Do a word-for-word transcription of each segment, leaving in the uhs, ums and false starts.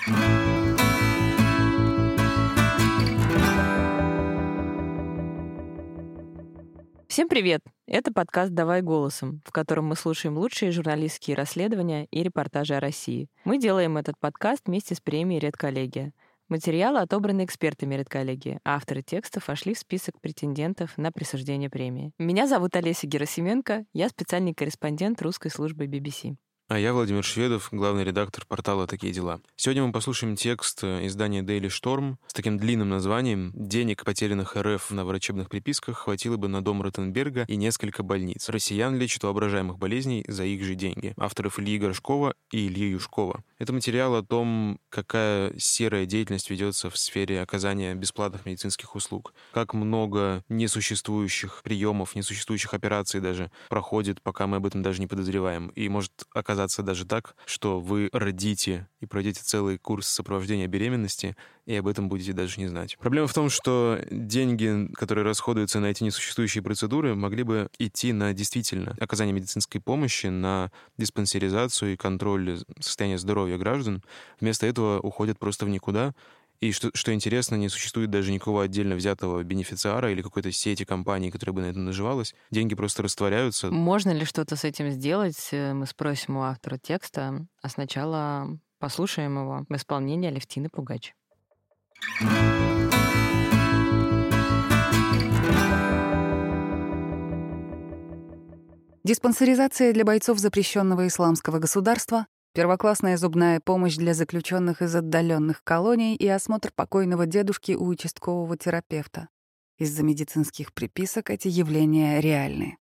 Всем привет! Это подкаст «Давай голосом», в котором мы слушаем лучшие журналистские расследования и репортажи о России. Мы делаем этот подкаст вместе с премией «Редколлегия». Материалы отобраны экспертами «Редколлегии», а авторы текстов вошли в список претендентов на присуждение премии. Меня зовут Олеся Герасименко, я специальный корреспондент русской службы би би си. А я Владимир Шведов, главный редактор портала «Такие дела». Сегодня мы послушаем текст издания Daily Storm с таким длинным названием «Денег, потерянных эр эф на врачебных приписках, хватило бы на дом Ротенберга и несколько больниц. Россиян лечат воображаемых болезней за их же деньги». Авторов Ильи Горшкова и Ильи Юшкова. Это материал о том, какая серая деятельность ведется в сфере оказания бесплатных медицинских услуг. Как много несуществующих приемов, несуществующих операций даже проходит, пока мы об этом даже не подозреваем. И может оказаться оказаться даже так, что вы родите и пройдете целый курс сопровождения беременности, и об этом будете даже не знать. Проблема в том, что деньги, которые расходуются на эти несуществующие процедуры, могли бы идти на действительно оказание медицинской помощи, на диспансеризацию и контроль состояния здоровья граждан. Вместо этого уходят просто в никуда. И что, что интересно, не существует даже никакого отдельно взятого бенефициара или какой-то сети компаний, которая бы на этом наживалась. Деньги просто растворяются. Можно ли что-то с этим сделать? Мы спросим у автора текста, а сначала послушаем его в исполнении Алевтины Пугач. Диспансеризация для бойцов запрещенного исламского государства, первоклассная зубная помощь для заключенных из отдаленных колоний и осмотр покойного дедушки у участкового терапевта. Из-за медицинских приписок эти явления реальны.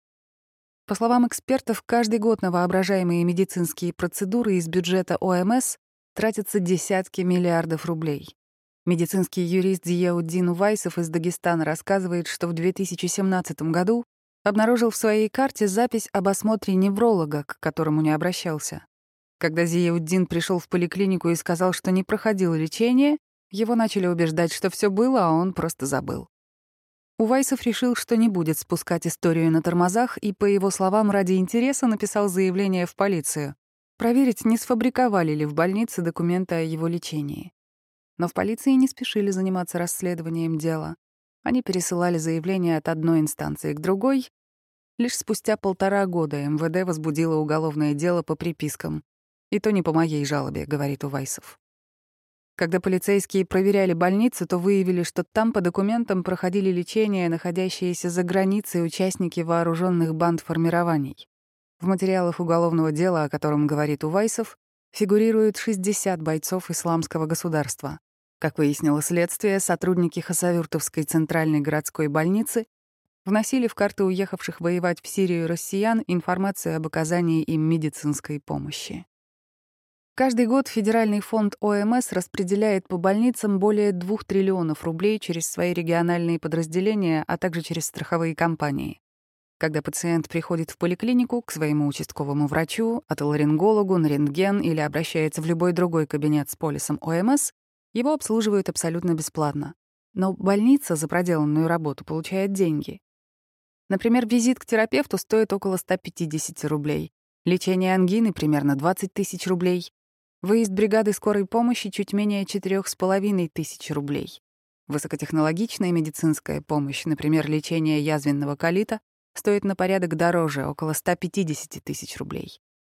По словам экспертов, каждый год на воображаемые медицинские процедуры из бюджета о эм эс тратятся десятки миллиардов рублей. Медицинский юрист Зияуддин Увайсов из Дагестана рассказывает, что в две тысячи семнадцатом году обнаружил в своей карте запись об осмотре невролога, к которому не обращался. Когда Зияуддин пришел в поликлинику и сказал, что не проходил лечение, его начали убеждать, что все было, а он просто забыл. Увайсов решил, что не будет спускать историю на тормозах, и, по его словам, ради интереса написал заявление в полицию. Проверить, не сфабриковали ли в больнице документы о его лечении. Но в полиции не спешили заниматься расследованием дела. Они пересылали заявление от одной инстанции к другой. Лишь спустя полтора года эм вэ дэ возбудило уголовное дело по припискам. И то не по моей жалобе, говорит Увайсов. Когда полицейские проверяли больницу, то выявили, что там по документам проходили лечение находящиеся за границей участники вооруженных банд формирований. В материалах уголовного дела, о котором говорит Увайсов, фигурируют шестьдесят бойцов исламского государства. Как выяснило следствие, сотрудники Хасавюртовской центральной городской больницы вносили в карты уехавших воевать в Сирию россиян информацию об оказании им медицинской помощи. Каждый год Федеральный фонд о эм эс распределяет по больницам более двух триллионов рублей через свои региональные подразделения, а также через страховые компании. Когда пациент приходит в поликлинику к своему участковому врачу, отоларингологу, на рентген или обращается в любой другой кабинет с полисом о эм эс, его обслуживают абсолютно бесплатно. Но больница за проделанную работу получает деньги. Например, визит к терапевту стоит около ста пятидесяти рублей, лечение ангины — примерно двадцать тысяч рублей, выезд бригады скорой помощи — чуть менее четырёх с половиной тысяч рублей. Высокотехнологичная медицинская помощь, например, лечение язвенного колита, стоит на порядок дороже — около ста пятидесяти тысяч рублей.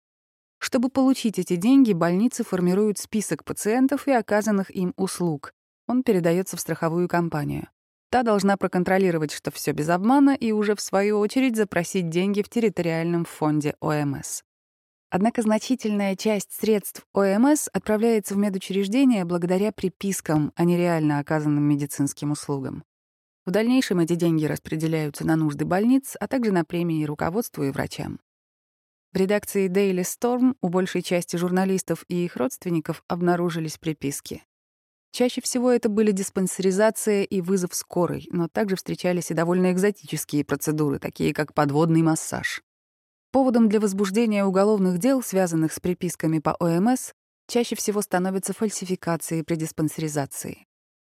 Чтобы получить эти деньги, больницы формируют список пациентов и оказанных им услуг. Он передается в страховую компанию. Та должна проконтролировать, что все без обмана, и уже в свою очередь запросить деньги в территориальном фонде о эм эс. Однако значительная часть средств о эм эс отправляется в медучреждения благодаря припискам, а не реально оказанным медицинским услугам. В дальнейшем эти деньги распределяются на нужды больниц, а также на премии руководству и врачам. В редакции Daily Storm у большей части журналистов и их родственников обнаружились приписки. Чаще всего это были диспансеризация и вызов скорой, но также встречались и довольно экзотические процедуры, такие как подводный массаж. Поводом для возбуждения уголовных дел, связанных с приписками по о эм эс, чаще всего становятся фальсификации при диспансеризации.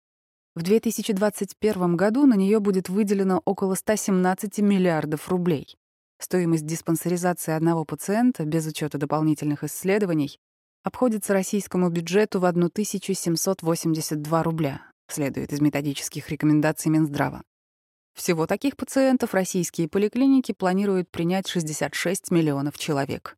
В две тысячи двадцать первом году на нее будет выделено около ста семнадцати миллиардов рублей. Стоимость диспансеризации одного пациента, без учета дополнительных исследований, обходится российскому бюджету в тысячу семьсот восемьдесят два рубля, следует из методических рекомендаций Минздрава. Всего таких пациентов российские поликлиники планируют принять шестьдесят шесть миллионов человек.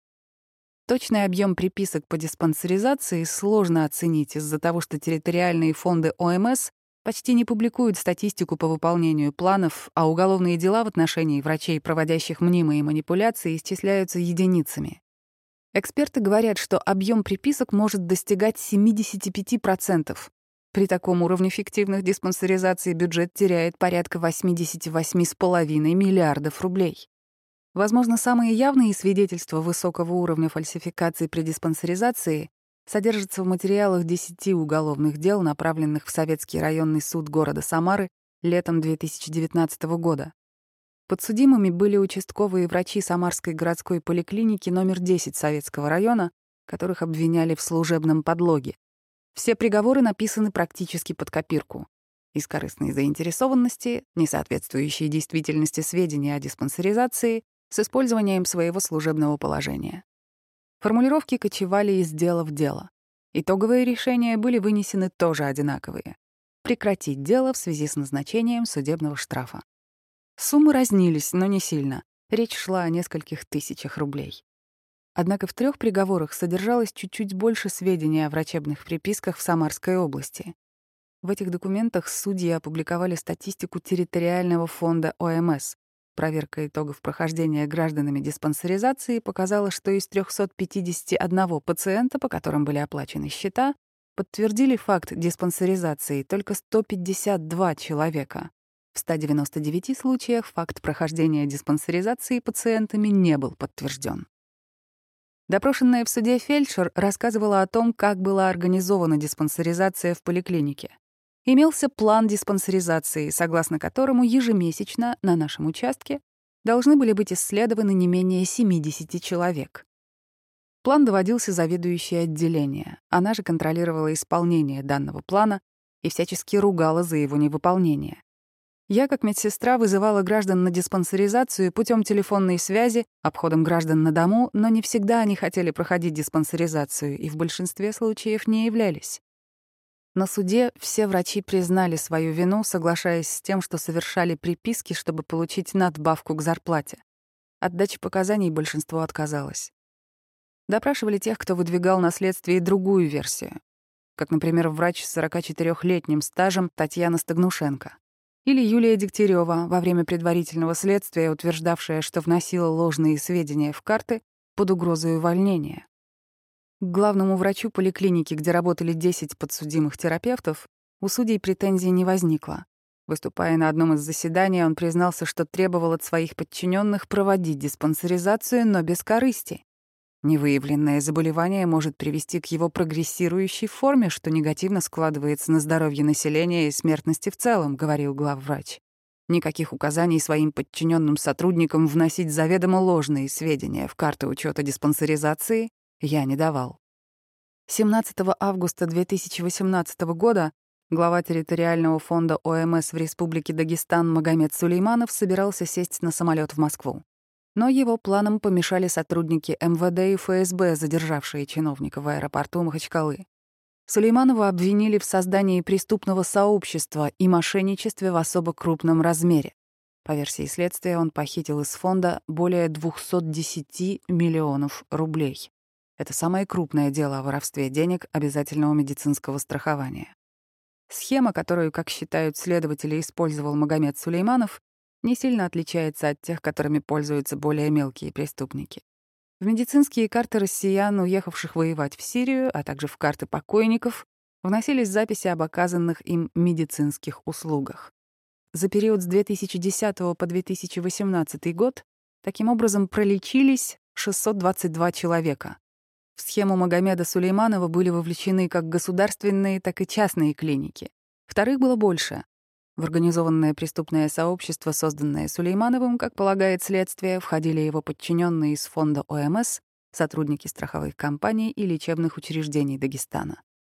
Точный объем приписок по диспансеризации сложно оценить из-за того, что территориальные фонды О Эм Эс почти не публикуют статистику по выполнению планов, а уголовные дела в отношении врачей, проводящих мнимые манипуляции, исчисляются единицами. Эксперты говорят, что объем приписок может достигать семьдесят пять процентов. При таком уровне фиктивных диспансеризаций бюджет теряет порядка восемьдесят восемь целых пять десятых миллиардов рублей. Возможно, самые явные свидетельства высокого уровня фальсификации при диспансеризации содержатся в материалах десяти уголовных дел, направленных в Советский районный суд города Самары летом две тысячи девятнадцатого года. Подсудимыми были участковые врачи Самарской городской поликлиники номер десять Советского района, которых обвиняли в служебном подлоге. Все приговоры написаны практически под копирку. Из корыстной заинтересованности, несоответствующие действительности сведения о диспансеризации, с использованием своего служебного положения. Формулировки кочевали из дела в дело. Итоговые решения были вынесены тоже одинаковые. Прекратить дело в связи с назначением судебного штрафа. Суммы разнились, но не сильно. Речь шла о нескольких тысячах рублей. Однако в трех приговорах содержалось чуть-чуть больше сведений о врачебных приписках в Самарской области. В этих документах судьи опубликовали статистику территориального фонда О Эм Эс. Проверка итогов прохождения гражданами диспансеризации показала, что из трёхсот пятидесяти одного пациента, по которым были оплачены счета, подтвердили факт диспансеризации только сто пятьдесят два человека. В ста девяноста девяти случаях факт прохождения диспансеризации пациентами не был подтвержден. Допрошенная в суде фельдшер рассказывала о том, как была организована диспансеризация в поликлинике. Имелся план диспансеризации, согласно которому ежемесячно на нашем участке должны были быть исследованы не менее семидесяти человек. План доводился заведующей отделения. Она же контролировала исполнение данного плана и всячески ругала за его невыполнение. Я, как медсестра, вызывала граждан на диспансеризацию путем телефонной связи, обходом граждан на дому, но не всегда они хотели проходить диспансеризацию и в большинстве случаев не являлись. На суде все врачи признали свою вину, соглашаясь с тем, что совершали приписки, чтобы получить надбавку к зарплате. От дачи показаний большинство отказалось. Допрашивали тех, кто выдвигал на следствии другую версию, как, например, врач с сорокачетырёхлетним стажем Татьяна Стогнушенко или Юлия Дегтярёва, во время предварительного следствия утверждавшая, что вносила ложные сведения в карты под угрозой увольнения. К главному врачу поликлиники, где работали десять подсудимых терапевтов, у судей претензий не возникло. Выступая на одном из заседаний, он признался, что требовал от своих подчиненных проводить диспансеризацию, но без корысти. Невыявленное заболевание может привести к его прогрессирующей форме, что негативно складывается на здоровье населения и смертности в целом, говорил главврач. Никаких указаний своим подчиненным сотрудникам вносить заведомо ложные сведения в карту учета диспансеризации я не давал. семнадцатого августа две тысячи восемнадцатого года глава территориального фонда О Эм Эс в Республике Дагестан Магомед Сулейманов собирался сесть на самолет в Москву. Но его планам помешали сотрудники Эм Вэ Дэ и Эф Эс Бэ, задержавшие чиновника в аэропорту Махачкалы. Сулейманова обвинили в создании преступного сообщества и мошенничестве в особо крупном размере. По версии следствия, он похитил из фонда более двухсот десяти миллионов рублей. Это самое крупное дело о воровстве денег обязательного медицинского страхования. Схема, которую, как считают следователи, использовал Магомед Сулейманов, не сильно отличается от тех, которыми пользуются более мелкие преступники. В медицинские карты россиян, уехавших воевать в Сирию, а также в карты покойников, вносились записи об оказанных им медицинских услугах. За период с две тысячи десятого по две тысячи восемнадцатый год таким образом пролечились шестьсот двадцать два человека. В схему Магомеда Сулейманова были вовлечены как государственные, так и частные клиники. Вторых было больше. В организованное преступное сообщество, созданное Сулеймановым, как полагает следствие, входили его подчиненные из фонда О Эм Эс, сотрудники страховых компаний и лечебных учреждений Дагестана.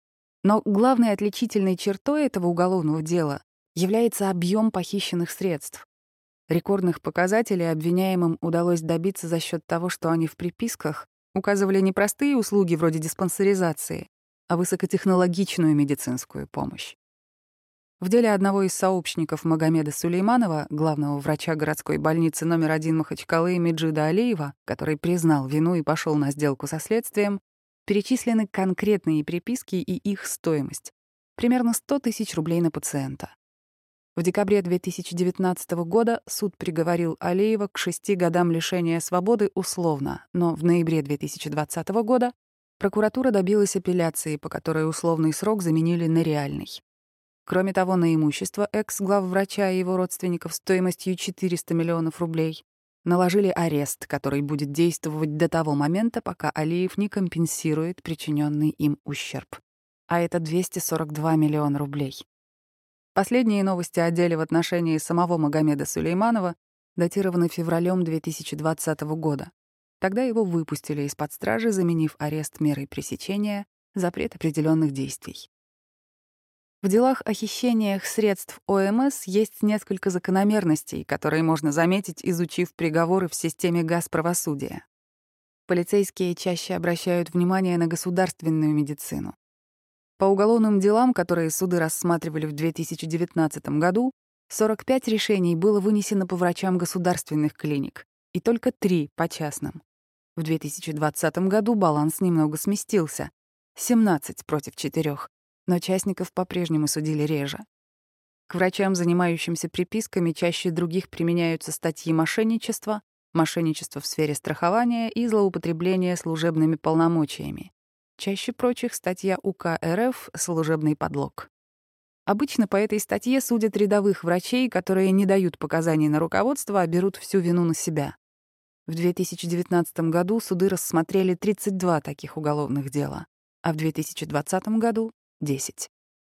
Но главной отличительной чертой этого уголовного дела является объем похищенных средств. Рекордных показателей обвиняемым удалось добиться за счет того, что они в приписках указывали не простые услуги вроде диспансеризации, а высокотехнологичную медицинскую помощь. В деле одного из сообщников Магомеда Сулейманова, главного врача городской больницы номер один Махачкалы Меджида Алиева, который признал вину и пошел на сделку со следствием, перечислены конкретные приписки и их стоимость — примерно сто тысяч рублей на пациента. В декабре две тысячи девятнадцатого года суд приговорил Алиева к шести годам лишения свободы условно, но в ноябре две тысячи двадцатого года прокуратура добилась апелляции, по которой условный срок заменили на реальный. Кроме того, на имущество экс-главврача и его родственников стоимостью четыреста миллионов рублей наложили арест, который будет действовать до того момента, пока Алиев не компенсирует причиненный им ущерб. А это двести сорок два миллиона рублей. Последние новости о деле в отношении самого Магомеда Сулейманова датированы февралем две тысячи двадцатого года. Тогда его выпустили из-под стражи, заменив арест мерой пресечения, запрет определенных действий. В делах о хищениях средств ОМС есть несколько закономерностей, которые можно заметить, изучив приговоры в системе газправосудия. Полицейские чаще обращают внимание на государственную медицину. По уголовным делам, которые суды рассматривали в две тысячи девятнадцатом году, сорок пять решений было вынесено по врачам государственных клиник, и только три — по частным. В две тысячи двадцатом году баланс немного сместился — семнадцать против четырёх. Но частников по-прежнему судили реже. К врачам, занимающимся приписками, чаще других применяются статьи мошенничества, мошенничество в сфере страхования и злоупотребление служебными полномочиями. Чаще прочих статья УК РФ «Служебный подлог». Обычно по этой статье судят рядовых врачей, которые не дают показаний на руководство, а берут всю вину на себя. В две тысячи девятнадцатом году суды рассмотрели тридцать два таких уголовных дела, а в две тысячи двадцатом году — десять.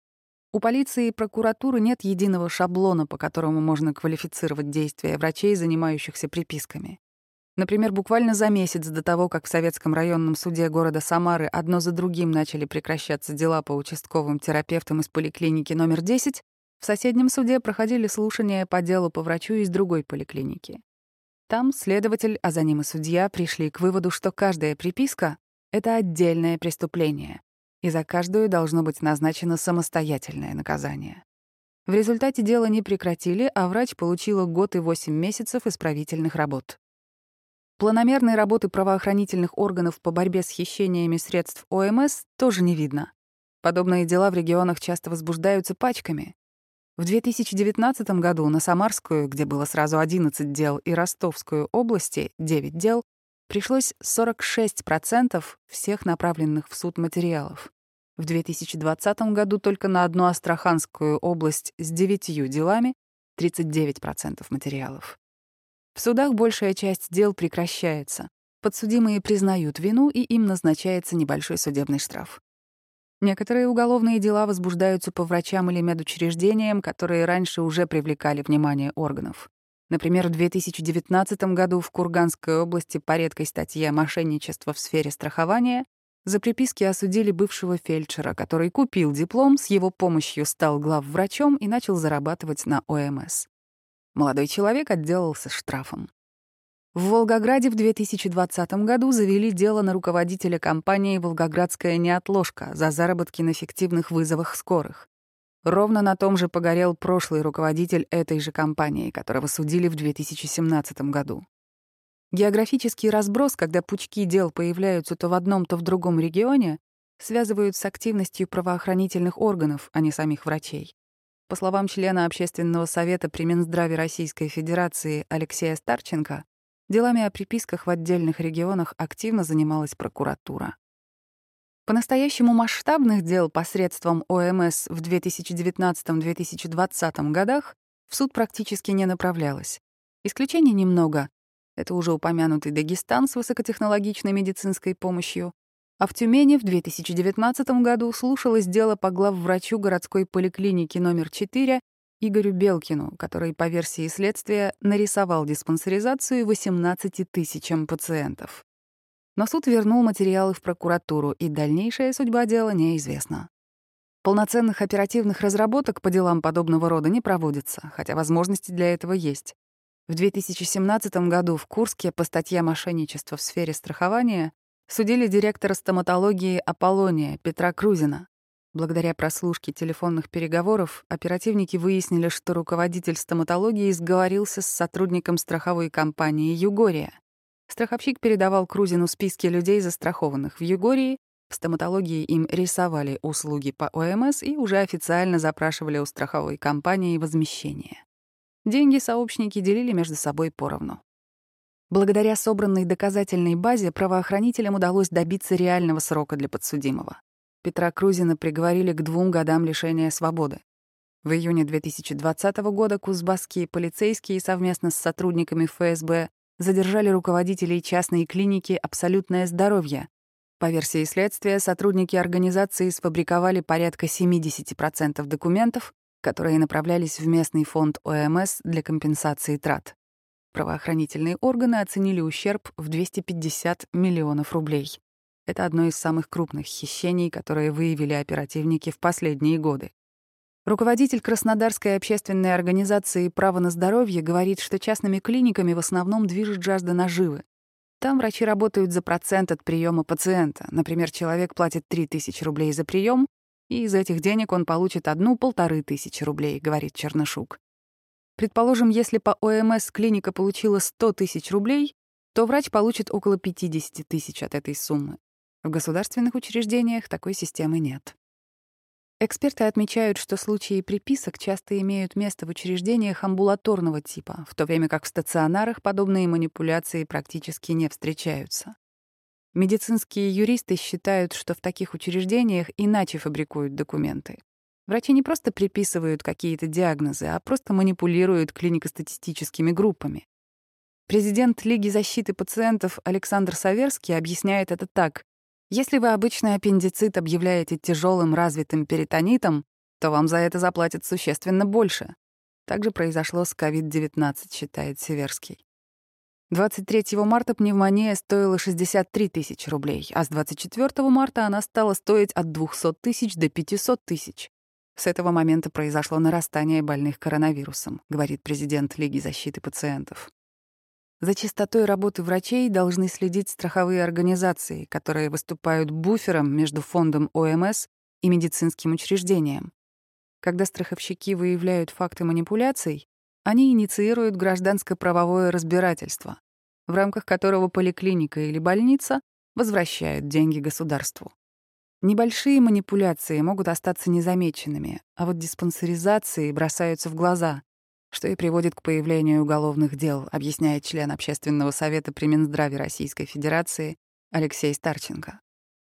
У полиции и прокуратуры нет единого шаблона, по которому можно квалифицировать действия врачей, занимающихся приписками. Например, буквально за месяц до того, как в Советском районном суде города Самары одно за другим начали прекращаться дела по участковым терапевтам из поликлиники номер десять, в соседнем суде проходили слушания по делу по врачу из другой поликлиники. Там следователь, а за ним и судья пришли к выводу, что каждая приписка — это отдельное преступление, и за каждую должно быть назначено самостоятельное наказание. В результате дело не прекратили, а врач получила год и восемь месяцев исправительных работ. Планомерной работы правоохранительных органов по борьбе с хищениями средств ОМС тоже не видно. Подобные дела в регионах часто возбуждаются пачками. В две тысячи девятнадцатом году на Самарскую, где было сразу одиннадцать дел, и Ростовскую области — девять дел, пришлось сорок шесть процентов всех направленных в суд материалов. В две тысячи двадцатом году только на одну Астраханскую область с девятью делами — тридцать девять процентов материалов. В судах большая часть дел прекращается. Подсудимые признают вину, и им назначается небольшой судебный штраф. Некоторые уголовные дела возбуждаются по врачам или медучреждениям, которые раньше уже привлекали внимание органов. Например, в две тысячи девятнадцатом году в Курганской области по редкой статье «Мошенничество в сфере страхования» за приписки осудили бывшего фельдшера, который купил диплом, с его помощью стал главврачом и начал зарабатывать на ОМС. Молодой человек отделался штрафом. В Волгограде в две тысячи двадцатом году завели дело на руководителя компании «Волгоградская неотложка» за заработки на фиктивных вызовах скорых. Ровно на том же погорел прошлый руководитель этой же компании, которого судили в две тысячи семнадцатом году. Географический разброс, когда пучки дел появляются то в одном, то в другом регионе, связывают с активностью правоохранительных органов, а не самих врачей. По словам члена Общественного совета при Минздраве Российской Федерации Алексея Старченко, делами о приписках в отдельных регионах активно занималась прокуратура. По-настоящему масштабных дел посредством ОМС в две тысячи девятнадцатом — две тысячи двадцатом годах в суд практически не направлялось. Исключений немного. Это уже упомянутый Дагестан с высокотехнологичной медицинской помощью. А в Тюмени в две тысячи девятнадцатом году слушалось дело по главврачу городской поликлиники номер четыре Игорю Белкину, который, по версии следствия, нарисовал диспансеризацию восемнадцати тысячам пациентов. Но суд вернул материалы в прокуратуру, и дальнейшая судьба дела неизвестна. Полноценных оперативных разработок по делам подобного рода не проводится, хотя возможности для этого есть. В две тысячи семнадцатом году в Курске по статье «Мошенничество в сфере страхования» Судили директора стоматологии «Аполлония» Петра Крузина. Благодаря прослушке телефонных переговоров оперативники выяснили, что руководитель стоматологии сговорился с сотрудником страховой компании «Югория». Страховщик передавал Крузину списки людей, застрахованных в Югории, в стоматологии им рисовали услуги по ОМС и уже официально запрашивали у страховой компании возмещение. Деньги сообщники делили между собой поровну. Благодаря собранной доказательной базе правоохранителям удалось добиться реального срока для подсудимого. Петра Крузина приговорили к двум годам лишения свободы. В июне две тысячи двадцатого года кузбасские полицейские совместно с сотрудниками эф эс бэ задержали руководителей частной клиники «Абсолютное здоровье». По версии следствия, сотрудники организации сфабриковали порядка семьдесят процентов документов, которые направлялись в местный фонд о эм эс для компенсации трат. Правоохранительные органы оценили ущерб в двести пятьдесят миллионов рублей. Это одно из самых крупных хищений, которые выявили оперативники в последние годы. Руководитель Краснодарской общественной организации «Право на здоровье» говорит, что частными клиниками в основном движет жажда наживы. Там врачи работают за процент от приема пациента. Например, человек платит три тысячи рублей за прием, и из этих денег он получит одну-полторы тысячи рублей, говорит Чернышук. Предположим, если по о эм эс клиника получила сто тысяч рублей, то врач получит около пятьдесят тысяч от этой суммы. В государственных учреждениях такой системы нет. Эксперты отмечают, что случаи приписок часто имеют место в учреждениях амбулаторного типа, в то время как в стационарах подобные манипуляции практически не встречаются. Медицинские юристы считают, что в таких учреждениях иначе фабрикуют документы. Врачи не просто приписывают какие-то диагнозы, а просто манипулируют клинико-статистическими группами. Президент Лиги защиты пациентов Александр Саверский объясняет это так. Если вы обычный аппендицит объявляете тяжелым развитым перитонитом, то вам за это заплатят существенно больше. Так же произошло с ковид девятнадцать, считает Северский. двадцать третьего марта пневмония стоила шестьдесят три тысячи рублей, а с двадцать четвёртого марта она стала стоить от двухсот тысяч до пятисот тысяч. С этого момента произошло нарастание больных коронавирусом, говорит президент Лиги защиты пациентов. За чистотой работы врачей должны следить страховые организации, которые выступают буфером между фондом о эм эс и медицинским учреждением. Когда страховщики выявляют факты манипуляций, они инициируют гражданско-правовое разбирательство, в рамках которого поликлиника или больница возвращают деньги государству. Небольшие манипуляции могут остаться незамеченными, а вот диспансеризации бросаются в глаза, что и приводит к появлению уголовных дел, объясняет член Общественного совета при Минздраве Российской Федерации Алексей Старченко.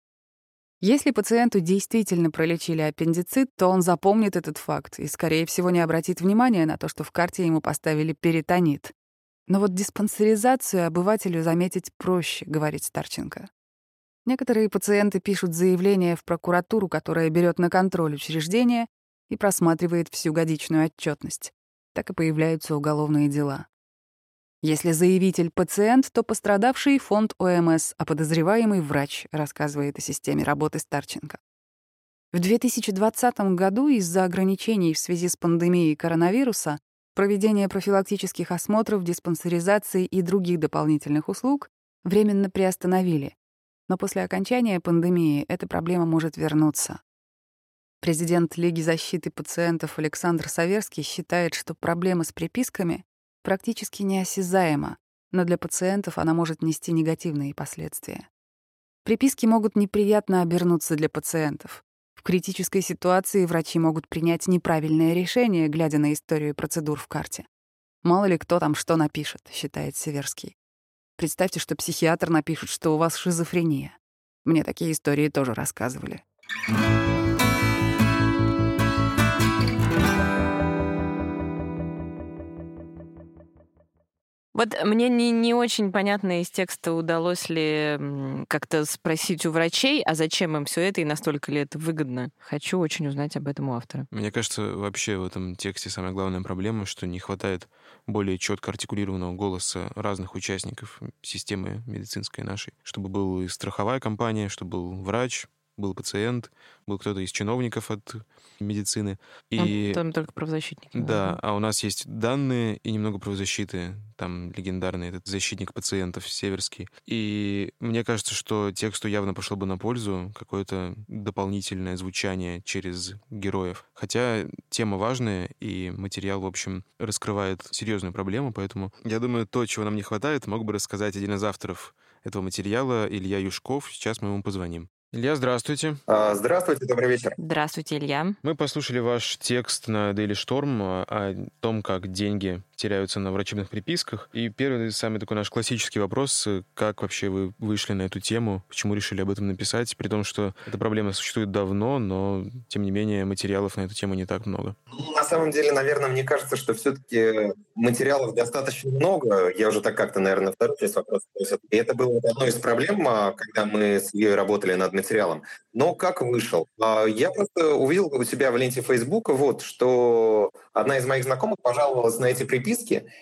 Если пациенту действительно пролечили аппендицит, то он запомнит этот факт и, скорее всего, не обратит внимания на то, что в карте ему поставили перитонит. Но вот диспансеризацию обывателю заметить проще, говорит Старченко. Некоторые пациенты пишут заявление в прокуратуру, которая берет на контроль учреждение и просматривает всю годичную отчетность. Так и появляются уголовные дела. Если заявитель — пациент, то пострадавший — фонд о эм эс, а подозреваемый — врач, рассказывает о системе работы Старченко. В две тысячи двадцатом году из-за ограничений в связи с пандемией коронавируса проведение профилактических осмотров, диспансеризации и других дополнительных услуг временно приостановили. Но после окончания пандемии эта проблема может вернуться. Президент Лиги защиты пациентов Александр Саверский считает, что проблема с приписками практически неосязаема, но для пациентов она может нести негативные последствия. Приписки могут неприятно обернуться для пациентов. В критической ситуации врачи могут принять неправильное решение, глядя на историю процедур в карте. Мало ли кто там что напишет, считает Северский. Представьте, что психиатр напишет, что у вас шизофрения. Мне такие истории тоже рассказывали. Вот мне не, не очень понятно из текста, удалось ли как-то спросить у врачей, а зачем им все это и настолько ли это выгодно. Хочу очень узнать об этом у автора. Мне кажется, вообще в этом тексте самая главная проблема, что не хватает более четко артикулированного голоса разных участников системы медицинской нашей. Чтобы была и страховая компания, чтобы был врач, был пациент, был кто-то из чиновников от медицины. И... Ну, там только правозащитники. Да, а у нас есть данные и немного правозащиты. Там легендарный этот защитник пациентов Северский. И мне кажется, что тексту явно пошло бы на пользу какое-то дополнительное звучание через героев. Хотя тема важная, и материал, в общем, раскрывает серьезную проблему, поэтому я думаю, то, чего нам не хватает, мог бы рассказать один из авторов этого материала, Илья Юшков. Сейчас мы ему позвоним. Илья, здравствуйте. А, Здравствуйте, добрый вечер. Здравствуйте, Илья. Мы послушали ваш текст на Daily Storm о том, как деньги теряются на врачебных приписках. И первый, самый такой наш классический вопрос, как вообще вы вышли на эту тему, почему решили об этом написать, при том, что эта проблема существует давно, но, тем не менее, материалов на эту тему не так много. Ну, на самом деле, наверное, мне кажется, что все-таки материалов достаточно много. Я уже так как-то, наверное, вторую часть вопроса спросил. И это было одной из проблем, когда мы с Ильей работали над материалом. Но как вышел? Я просто увидел у себя в ленте Фейсбука, вот, что одна из моих знакомых пожаловалась на эти приписки,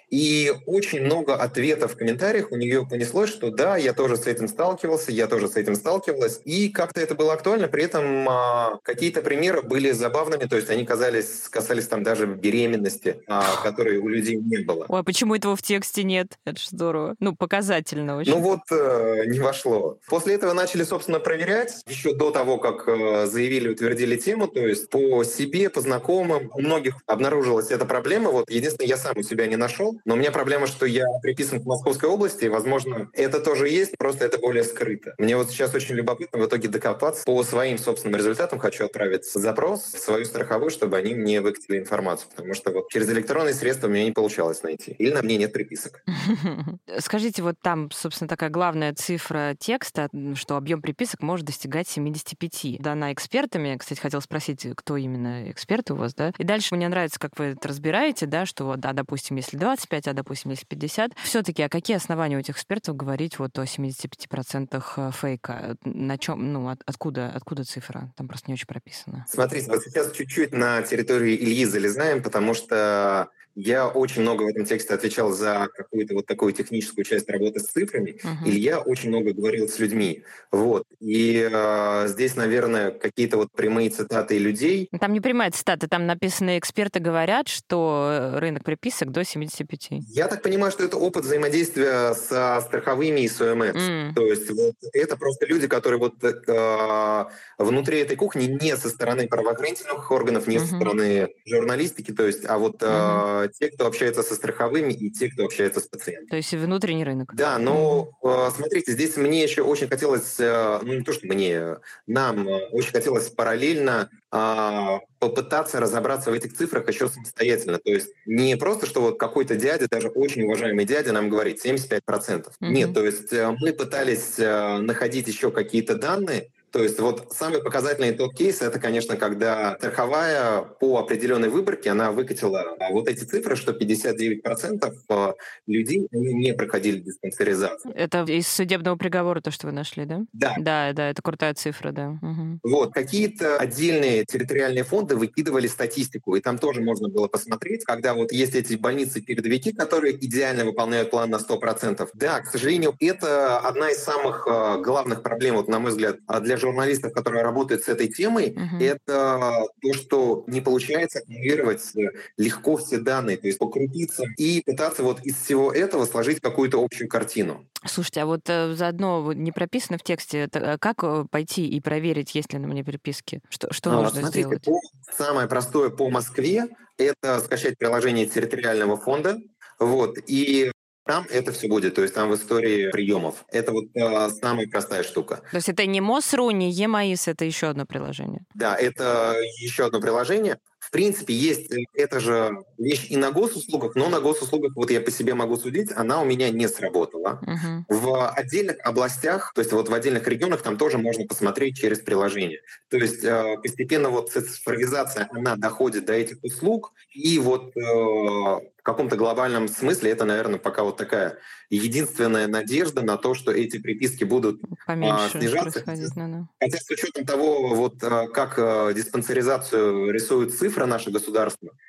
и очень много ответов в комментариях у нее понеслось, что да, я тоже с этим сталкивался, я тоже с этим сталкивалась, и как-то это было актуально, при этом а, какие-то примеры были забавными, то есть они казались, касались там даже беременности, а, которой у людей не было. Ой, а почему этого в тексте нет? Это ж здорово. Ну, показательно очень. Ну вот, э, не вошло. После этого начали, собственно, проверять, еще до того, как э, заявили, утвердили тему, то есть по себе, по знакомым, у многих обнаружилась эта проблема. Вот, единственное, я сам у себя не нашел, но у меня проблема, что я приписан к Московской области, и, возможно, это тоже есть, просто это более скрыто. Мне вот сейчас очень любопытно в итоге докопаться. По своим собственным результатам хочу отправить запрос в свою страховую, чтобы они мне выкатили информацию, потому что вот через электронные средства мне не получалось найти. Или на мне нет приписок. Скажите, вот там, собственно, такая главная цифра текста, что объем приписок может достигать семьдесят пять. Дана экспертами. Кстати, хотела спросить, кто именно эксперты у вас, да? И дальше мне нравится, как вы это разбираете, да, что, да, допустим, если двадцать пять, а, допустим, если пятьдесят. Все-таки, а какие основания у этих экспертов говорить вот о семьдесят пять процентах фейка? На чем, ну, от, откуда, откуда цифра? Там просто не очень прописано. Смотрите, вот сейчас чуть-чуть на территорию Ильи залезаем, потому что я очень много в этом тексте отвечал за какую-то вот такую техническую часть работы с цифрами. Uh-huh. Илья очень много говорил с людьми. Вот. И э, здесь, наверное, какие-то вот прямые цитаты людей. Там не прямая цитата, там написано, эксперты говорят, что рынок приписок до семьдесят пять. Я так понимаю, что это опыт взаимодействия со страховыми и с о эм экс. Mm. То есть вот это просто люди, которые вот э, внутри этой кухни не со стороны правоохранительных органов, не uh-huh. со стороны журналистики, то есть, а вот э, uh-huh. те, кто общается со страховыми, и те, кто общается с пациентами. То есть внутренний рынок. Да, но mm. смотрите, здесь мне еще очень хотелось, ну не то, что мне, нам очень хотелось параллельно попытаться разобраться в этих цифрах еще самостоятельно. То есть не просто, что вот какой-то дядя, даже очень уважаемый дядя нам говорит семьдесят пять процентов. Mm-hmm. Нет, то есть мы пытались находить еще какие-то данные. То есть вот самый показательный тот кейс, это, конечно, когда страховая по определенной выборке, она выкатила вот эти цифры, что пятьдесят девять процентов людей не проходили диспансеризацию. Это из судебного приговора то, что вы нашли, да? Да. Да, да, это крутая цифра, да. Угу. Вот, какие-то отдельные территориальные фонды выкидывали статистику, и там тоже можно было посмотреть, когда вот есть эти больницы-передовики, которые идеально выполняют план на сто процентов. Да, к сожалению, это одна из самых главных проблем, вот, на мой взгляд, для журналистов, которые работают с этой темой, uh-huh. это то, что не получается аккумулировать легко все данные, то есть покрутиться и пытаться вот из всего этого сложить какую-то общую картину. Слушайте, а вот э, заодно не прописано в тексте, это, как пойти и проверить, есть ли на мне переписки? Что, что а, нужно смотрите, сделать? По, самое простое по Москве — это скачать приложение территориального фонда, вот, и там это все будет, то есть там в истории приемов. Это вот э, самая простая штука. То есть это не МОСРУ, не ЕМАИС, это еще одно приложение? Да, это еще одно приложение. В принципе, есть эта же вещь и на госуслугах, но на госуслугах, вот я по себе могу судить, она у меня не сработала. Uh-huh. В отдельных областях, то есть вот в отдельных регионах, там тоже можно посмотреть через приложение. То есть э, постепенно вот цифровизация, она доходит до этих услуг, и вот э, в каком-то глобальном смысле это, наверное, пока вот такая единственная надежда на то, что эти приписки будут поменьше э, снижаться. Хотя с учетом того, вот, э, как э, диспансеризацию рисуют цифры наше государство,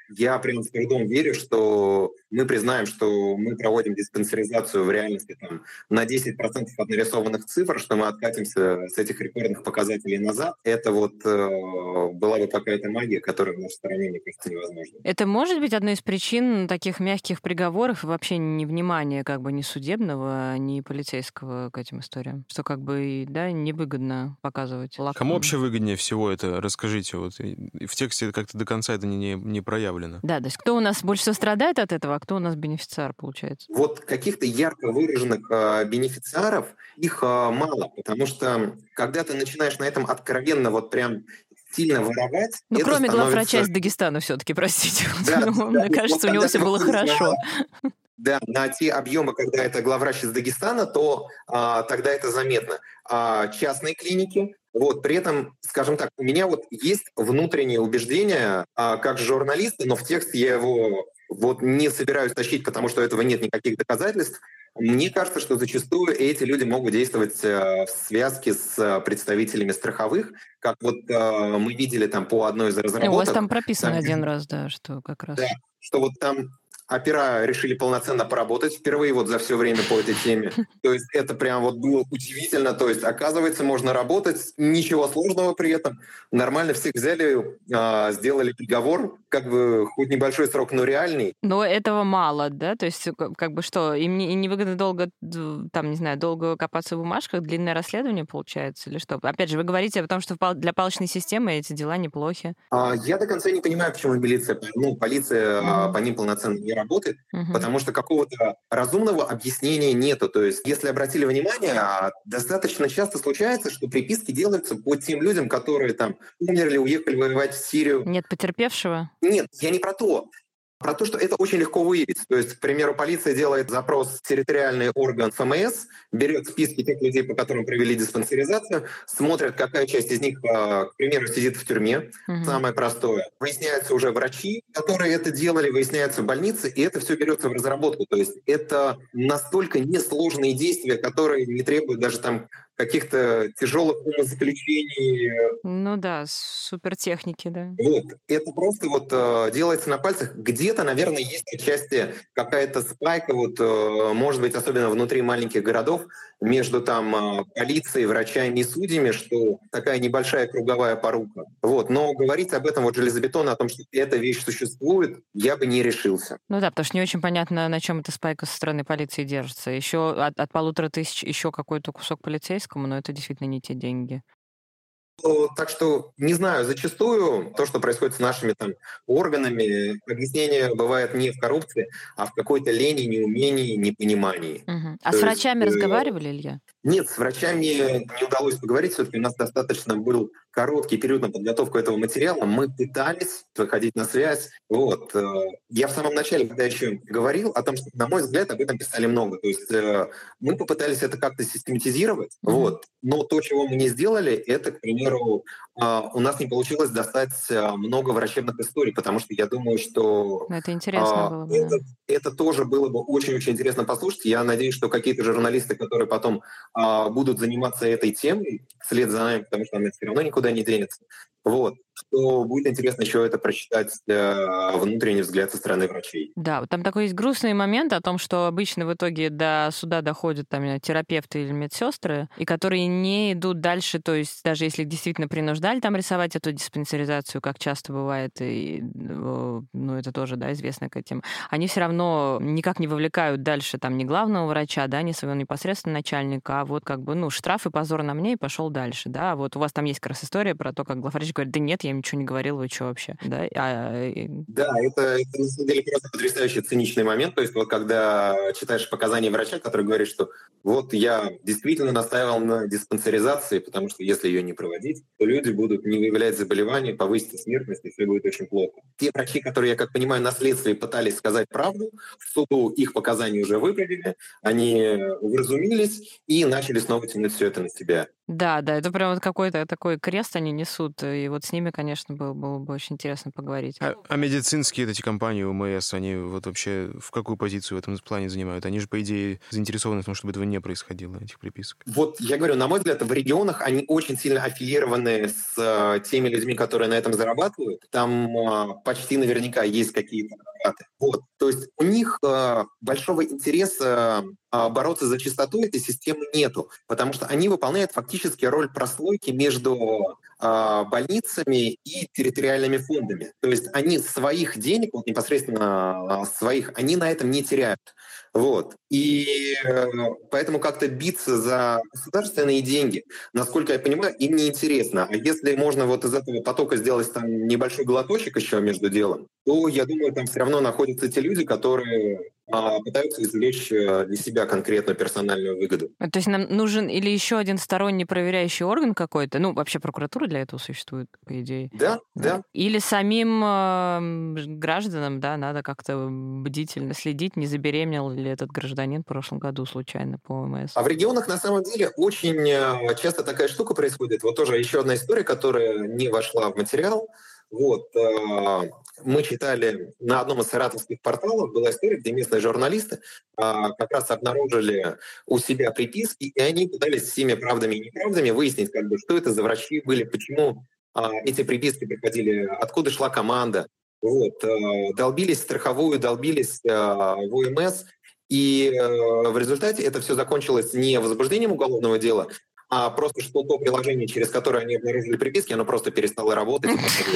я прям с трудом верю, что мы признаем, что мы проводим диспансеризацию в реальности там, на десять процентов от нарисованных цифр, что мы откатимся с этих рекордных показателей назад. Это вот э, была бы какая-то магия, которая в нашей стране, мне кажется, невозможна. Это может быть одной из причин таких мягких приговоров и вообще невнимания как бы ни судебного, ни полицейского к этим историям? Что как бы, да, невыгодно показывать лаком. Кому вообще выгоднее всего это? Расскажите. Вот. И в тексте как-то до конца это не, не проявлено. Да, то есть кто у нас больше всего страдает от этого, а кто у нас бенефициар, получается? Вот каких-то ярко выраженных э, бенефициаров, их э, мало, потому что когда ты начинаешь на этом откровенно вот прям сильно воровать... Ну, это кроме становится... главврача из Дагестана все-таки, простите. Да, ну, да, мне да, кажется, вот у него все было хорошо. На, да, на те объемы, когда это главврач из Дагестана, то а, тогда это заметно. А частные клиники, вот, при этом, скажем так, у меня вот есть внутреннее убеждение, а, как журналиста, но в текст я его вот не собираюсь тащить, потому что этого нет никаких доказательств. Мне кажется, что зачастую эти люди могут действовать э, в связке с представителями страховых, как вот э, мы видели там по одной из разработок. У вас там прописано там, один раз, да, что как раз... Да, что вот там опера решили полноценно поработать впервые вот за все время по этой теме. То есть это прям вот было удивительно. То есть, оказывается, можно работать, ничего сложного при этом. Нормально всех взяли, э, сделали приговор, как бы хоть небольшой срок, но реальный. Но этого мало, да? То есть как бы что, им не, невыгодно долго, там, не знаю, долго копаться в бумажках, длинное расследование получается или что? Опять же, вы говорите о том, что для палочной системы эти дела неплохи. А, я до конца не понимаю, почему милиция, ну, полиция mm-hmm. по ним полноценно не работает, mm-hmm. потому что какого-то разумного объяснения нету. То есть, если обратили внимание, достаточно часто случается, что приписки делаются по тем людям, которые там умерли, уехали воевать в Сирию. Нет потерпевшего? Нет, я не про то. Про то, что это очень легко выявить. То есть, к примеру, полиция делает запрос в территориальный орган эф эм эс, берет списки тех людей, по которым провели диспансеризацию, смотрят, какая часть из них, к примеру, сидит в тюрьме. Угу. Самое простое. Выясняются уже врачи, которые это делали, выясняются больницы, и это все берется в разработку. То есть это настолько несложные действия, которые не требуют даже там каких-то тяжелых умозаключений. Ну да, супертехники, да. Вот. Это просто вот э, делается на пальцах. Где-то, наверное, есть отчасти какая-то спайка, вот, э, может быть, особенно внутри маленьких городов, между там э, полицией, врачами и судьями, что такая небольшая круговая порука. Вот. Но говорить об этом вот железобетонно, о том, что эта вещь существует, я бы не решился. Ну да, потому что не очень понятно, на чем эта спайка со стороны полиции держится. Еще от, от полутора тысяч еще какой-то кусок полицейского, но это действительно не те деньги. Так что, не знаю, зачастую то, что происходит с нашими там органами, объяснение бывает не в коррупции, а в какой-то лени, неумении, непонимании. Угу. А то с врачами есть, разговаривали, Илья? Нет, с врачами не удалось поговорить. Все-таки у нас достаточно был короткий период на подготовку этого материала. Мы пытались выходить на связь. Вот. Я в самом начале, когда еще говорил о том, что, на мой взгляд, об этом писали много. То есть мы попытались это как-то систематизировать. Mm-hmm. Вот. Но то, чего мы не сделали, это, к примеру, у нас не получилось достать много врачебных историй, потому что я думаю, что... Это интересно было бы, это, да. это тоже было бы очень-очень интересно послушать. Я надеюсь, что какие-то журналисты, которые потом будут заниматься этой темой вслед за нами, потому что она все равно никуда не денется. Вот. Что будет интересно еще это прочитать э, внутренний взгляд со стороны врачей. Да, там такой есть грустный момент о том, что обычно в итоге до суда доходят там терапевты или медсестры, и которые не идут дальше, то есть даже если их действительно принуждали там рисовать эту диспансеризацию, как часто бывает, и, ну это тоже, да, известная какая тема, они все равно никак не вовлекают дальше там ни главного врача, да, ни своего непосредственного начальника, а вот как бы, ну, штраф и позор на мне, и пошел дальше, да, вот у вас там есть как раз история про то, как главврач говорит, да нет, я им ничего не говорил, вы что вообще? Да, а... да это, это на самом деле просто потрясающий циничный момент. То есть вот когда читаешь показания врача, который говорит, что вот я действительно настаивал на диспансеризации, потому что если ее не проводить, то люди будут не выявлять заболевания, повысится смертность, и все будет очень плохо. Те врачи, которые, я как понимаю, на следствии пытались сказать правду, в суду их показания уже выправили, они вразумились и начали снова тянуть все это на себя. Да, да, это прям вот какой-то такой крест они несут и вот с ними, конечно, было, было бы очень интересно поговорить. А, а медицинские эти компании УМС, они вот вообще в какую позицию в этом плане занимают? Они же, по идее, заинтересованы в том, чтобы этого не происходило, этих приписок. Вот я говорю, на мой взгляд, в регионах они очень сильно аффилированы с э, теми людьми, которые на этом зарабатывают. Там э, почти наверняка есть какие-то адвокаты. Вот. То есть у них э, большого интереса э, бороться за чистоту этой системы нету, потому что они выполняют фактически роль прослойки между э, больницами и территориальными фондами. То есть они своих денег, вот непосредственно э, своих, они на этом не теряют. Вот. И э, поэтому как-то биться за государственные деньги, насколько я понимаю, им не интересно. А если можно вот из этого потока сделать там небольшой глоточек еще между делом, то, я думаю, там все равно находятся те люди, которые а, пытаются извлечь для себя конкретную персональную выгоду. То есть нам нужен или еще один сторонний проверяющий орган какой-то? Ну, вообще прокуратура для этого существует, по идее. Да, да. Или самим э, гражданам, да, надо как-то бдительно следить, не забеременел ли этот гражданин в прошлом году случайно по ОМС. А в регионах, на самом деле, очень часто такая штука происходит. Вот тоже еще одна история, которая не вошла в материал. Вот, э, мы читали на одном из саратовских порталов, была история, где местные журналисты э, как раз обнаружили у себя приписки, и они пытались всеми правдами и неправдами выяснить, как бы, что это за врачи были, почему э, эти приписки приходили, откуда шла команда. Вот, э, долбились в страховую, долбились э, в ОМС, и э, в результате это все закончилось не возбуждением уголовного дела, а просто что то приложение, через которое они обнаружили приписки, оно просто перестало работать.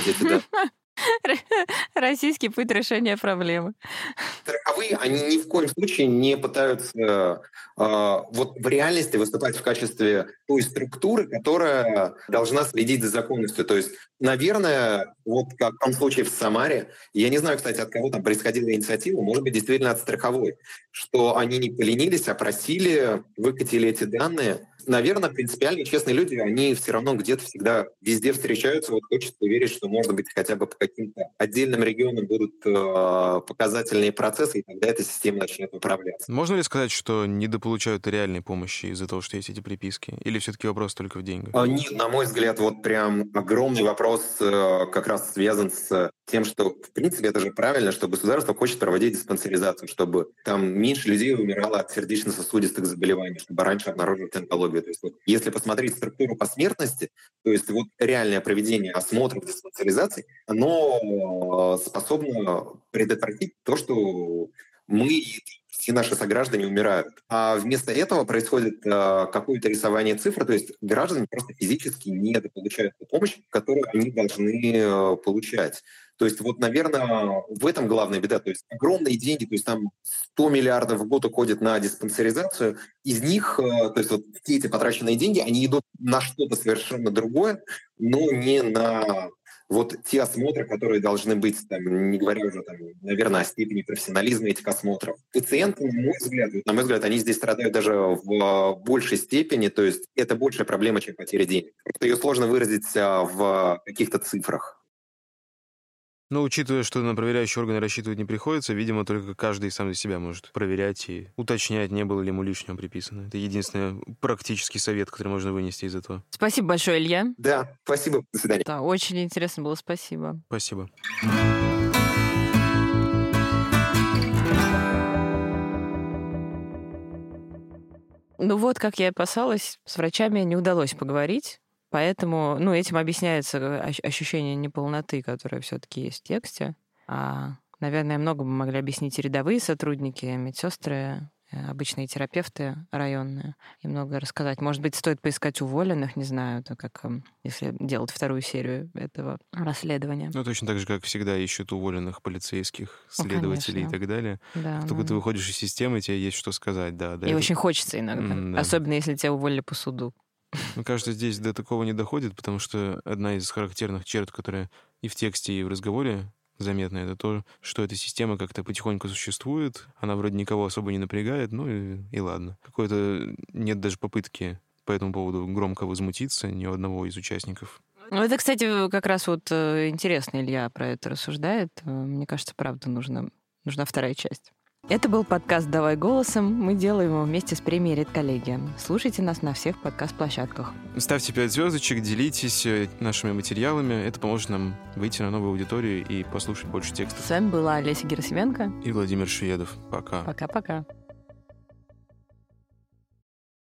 Российский путь решения проблемы. Страховые, они ни в коем случае не пытаются э, вот в реальности выступать в качестве той структуры, которая должна следить за законностью. То есть, наверное, вот как в том случае в Самаре, я не знаю, кстати, от кого там происходила инициатива, может быть, действительно от страховой, что они не поленились, а просили, выкатили эти данные. Наверное, принципиальные, честные люди, они все равно где-то всегда везде встречаются. Вот хочется верить, что, может быть, хотя бы по каким-то отдельным регионам будут э, показательные процессы, и тогда эта система начнет управляться. Можно ли сказать, что недополучают реальной помощи из-за того, что есть эти приписки? Или все-таки вопрос только в деньгах? А, нет, на мой взгляд, вот прям огромный вопрос э, как раз связан с тем, что, в принципе, это же правильно, что государство хочет проводить диспансеризацию, чтобы там меньше людей умирало от сердечно-сосудистых заболеваний, чтобы раньше обнаруживать онкологию. То есть, вот, если посмотреть структуру по смертности, то есть вот реальное проведение осмотров диспансеризации, оно способно предотвратить то, что мы и все наши сограждане умирают. А вместо этого происходит э, какое-то рисование цифр, то есть граждане просто физически не получают ту помощь, которую они должны э, получать. То есть вот, наверное, в этом главная беда. То есть огромные деньги, то есть там сто миллиардов в год уходят на диспансеризацию. Из них, э, то есть вот все эти потраченные деньги, они идут на что-то совершенно другое, но не на вот те осмотры, которые должны быть, там, не говоря уже, там, наверное, о степени профессионализма этих осмотров. Пациенты, на мой взгляд, на мой взгляд, они здесь страдают даже в большей степени, то есть это большая проблема, чем потеря денег. Просто ее сложно выразить в каких-то цифрах. Но учитывая, что на проверяющие органы рассчитывать не приходится, видимо, только каждый сам за себя может проверять и уточнять, не было ли ему лишнего приписано. Это единственный практический совет, который можно вынести из этого. Спасибо большое, Илья. Да, спасибо. До свидания. Да, очень интересно было. Спасибо. Спасибо. Ну вот, как я и опасалась, с врачами не удалось поговорить. Поэтому, ну, этим объясняется ощущение неполноты, которое все-таки есть в тексте. А, наверное, много бы могли объяснить и рядовые сотрудники, медсестры, обычные терапевты районные, и много рассказать. Может быть, стоит поискать уволенных, не знаю, это как если делать вторую серию этого расследования. Ну, точно так же, как всегда, ищут уволенных полицейских, следователей ну, и так далее. Да, как только да. ты выходишь из системы, тебе есть что сказать, да. да и это... очень хочется иногда, mm, да. особенно если тебя уволили по суду. Мне кажется, здесь до такого не доходит, потому что одна из характерных черт, которая и в тексте, и в разговоре заметна, это то, что эта система как-то потихоньку существует, она вроде никого особо не напрягает, ну и, и ладно. Какой-то нет даже попытки по этому поводу громко возмутиться ни у одного из участников. Ну, это, кстати, как раз вот интересно, Илья про это рассуждает. Мне кажется, правда, нужна, нужна вторая часть. Это был подкаст «Давай голосом». Мы делаем его вместе с премией «Редколлегия». Слушайте нас на всех подкаст-площадках. Ставьте пять звездочек, делитесь нашими материалами. Это поможет нам выйти на новую аудиторию и послушать больше текстов. С вами была Олеся Герасименко и Владимир Шведов. Пока. Пока-пока.